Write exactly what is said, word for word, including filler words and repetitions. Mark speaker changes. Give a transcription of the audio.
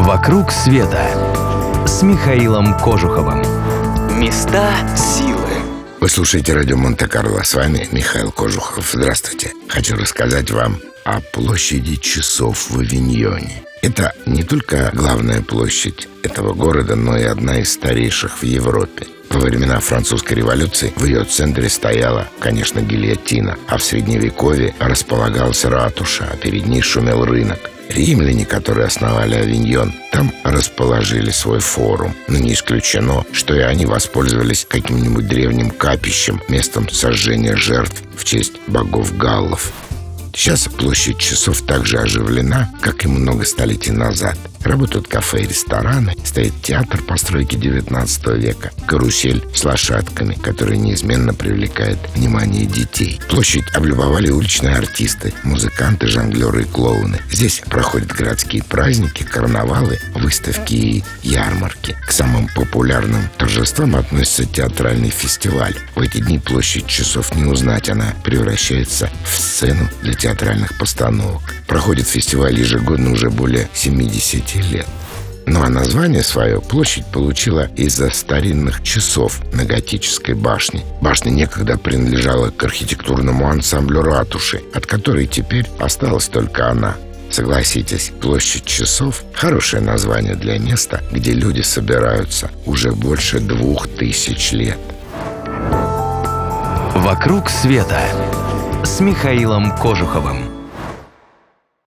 Speaker 1: «Вокруг света» с Михаилом Кожуховым. Места силы.
Speaker 2: Вы слушаете радио Монте-Карло. С вами Михаил Кожухов. Здравствуйте. Хочу рассказать вам о площади часов в Авиньоне. Это не только главная площадь этого города, но и одна из старейших в Европе. Во времена французской революции в ее центре стояла, конечно, гильотина, а в средневековье располагалась ратуша, а перед ней шумел рынок. Римляне, которые основали Авиньон, там расположили свой форум. Но не исключено, что и они воспользовались каким-нибудь древним капищем, местом сожжения жертв в честь богов галлов. Сейчас площадь часов так же оживлена, как и много столетий назад. Работают кафе и рестораны, стоит театр постройки девятнадцатого века, карусель с лошадками, которая неизменно привлекает внимание детей. Площадь облюбовали уличные артисты, музыканты, жонглеры и клоуны. Здесь проходят городские праздники, карнавалы, выставки и ярмарки. К самым популярным торжествам относится театральный фестиваль. В эти дни площадь часов не узнать, она превращается в сцену для театральных постановок. Проходит фестиваль ежегодно уже более семидесяти лет. Ну а название свое площадь получила из-за старинных часов на готической башне. Башня некогда принадлежала к архитектурному ансамблю ратуши, от которой теперь осталась только она. Согласитесь, площадь часов – хорошее название для места, где люди собираются уже больше двух тысяч лет.
Speaker 1: «Вокруг света» с Михаилом Кожуховым.